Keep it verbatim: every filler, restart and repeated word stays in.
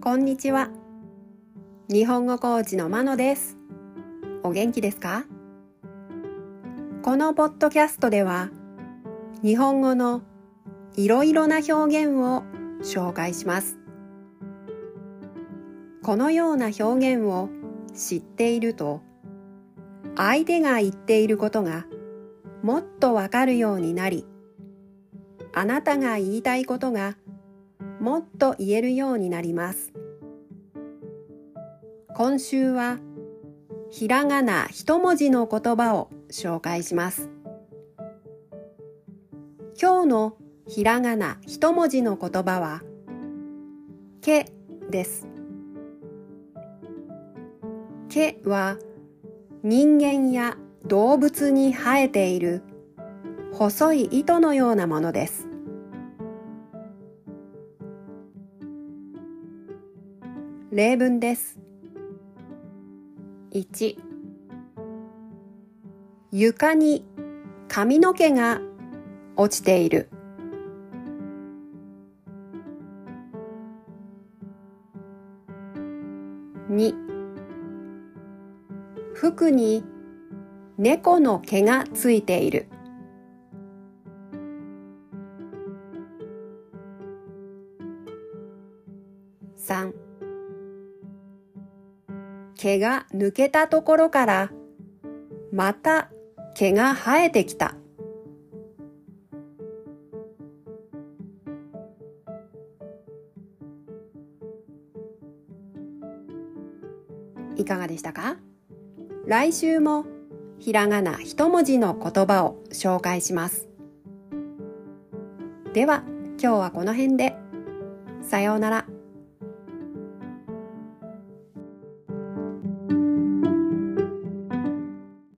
こんにちは。日本語コーチのまのです。お元気ですか？このポッドキャストでは、日本語のいろいろな表現を紹介します。このような表現を知っていると、相手が言っていることがもっとわかるようになり、あなたが言いたいことがもっと言えるようになります。今週はひらがな一文字の言葉を紹介します。今日のひらがな一文字の言葉はけです。けは人間や動物に生えている細い糸のようなものです。例文です。いち、床に髪の毛が落ちている。に、服に猫の毛がついている。さん、毛が抜けたところからまた毛が生えてきた。いかがでしたか？来週もひらがな一文字の言葉を紹介します。では今日はこの辺で。さようなら。